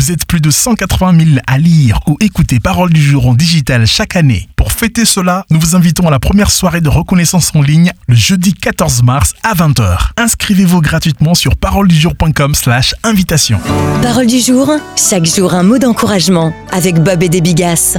Vous êtes plus de 180 000 à lire ou écouter Parole du jour en digital chaque année. Pour fêter cela, nous vous invitons à la première soirée de reconnaissance en ligne le jeudi 14 mars à 20h. Inscrivez-vous gratuitement sur paroledujour.com/invitation. Parole du jour, chaque jour un mot d'encouragement avec Bob et des Bigas.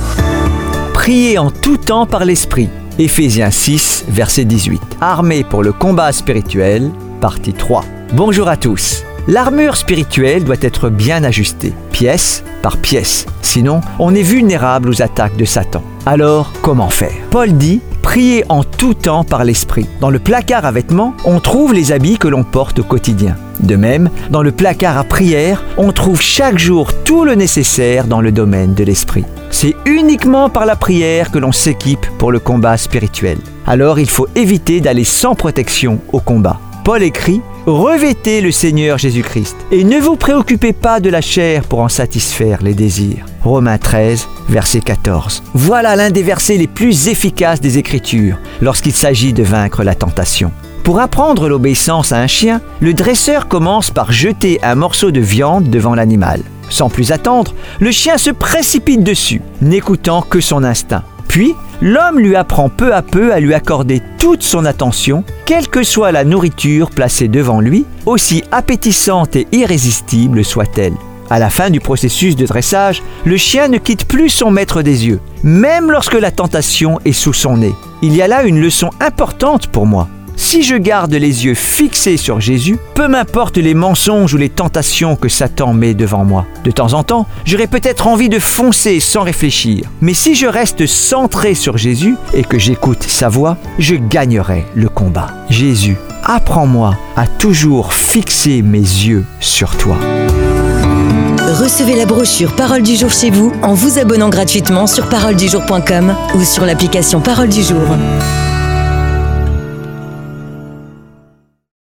Priez en tout temps par l'Esprit. Éphésiens 6, verset 18. Armés pour le combat spirituel, partie 3. Bonjour à tous. L'armure spirituelle doit être bien ajustée, pièce par pièce. Sinon, on est vulnérable aux attaques de Satan. Alors, comment faire ? Paul dit « Priez en tout temps par l'Esprit ». Dans le placard à vêtements, on trouve les habits que l'on porte au quotidien. De même, dans le placard à prière, on trouve chaque jour tout le nécessaire dans le domaine de l'Esprit. C'est uniquement par la prière que l'on s'équipe pour le combat spirituel. Alors, il faut éviter d'aller sans protection au combat. Paul écrit « Revêtez le Seigneur Jésus-Christ et ne vous préoccupez pas de la chair pour en satisfaire les désirs. » Romains 13, verset 14. Voilà l'un des versets les plus efficaces des Écritures lorsqu'il s'agit de vaincre la tentation. Pour apprendre l'obéissance à un chien, le dresseur commence par jeter un morceau de viande devant l'animal. Sans plus attendre, le chien se précipite dessus, n'écoutant que son instinct. Puis, l'homme lui apprend peu à peu à lui accorder toute son attention, quelle que soit la nourriture placée devant lui, aussi appétissante et irrésistible soit-elle. À la fin du processus de dressage, le chien ne quitte plus son maître des yeux, même lorsque la tentation est sous son nez. Il y a là une leçon importante pour moi. Si je garde les yeux fixés sur Jésus, peu m'importe les mensonges ou les tentations que Satan met devant moi. De temps en temps, j'aurai peut-être envie de foncer sans réfléchir. Mais si je reste centré sur Jésus et que j'écoute sa voix, je gagnerai le combat. Jésus, apprends-moi à toujours fixer mes yeux sur toi. Recevez la brochure Parole du jour chez vous en vous abonnant gratuitement sur paroledujour.com ou sur l'application Parole du jour.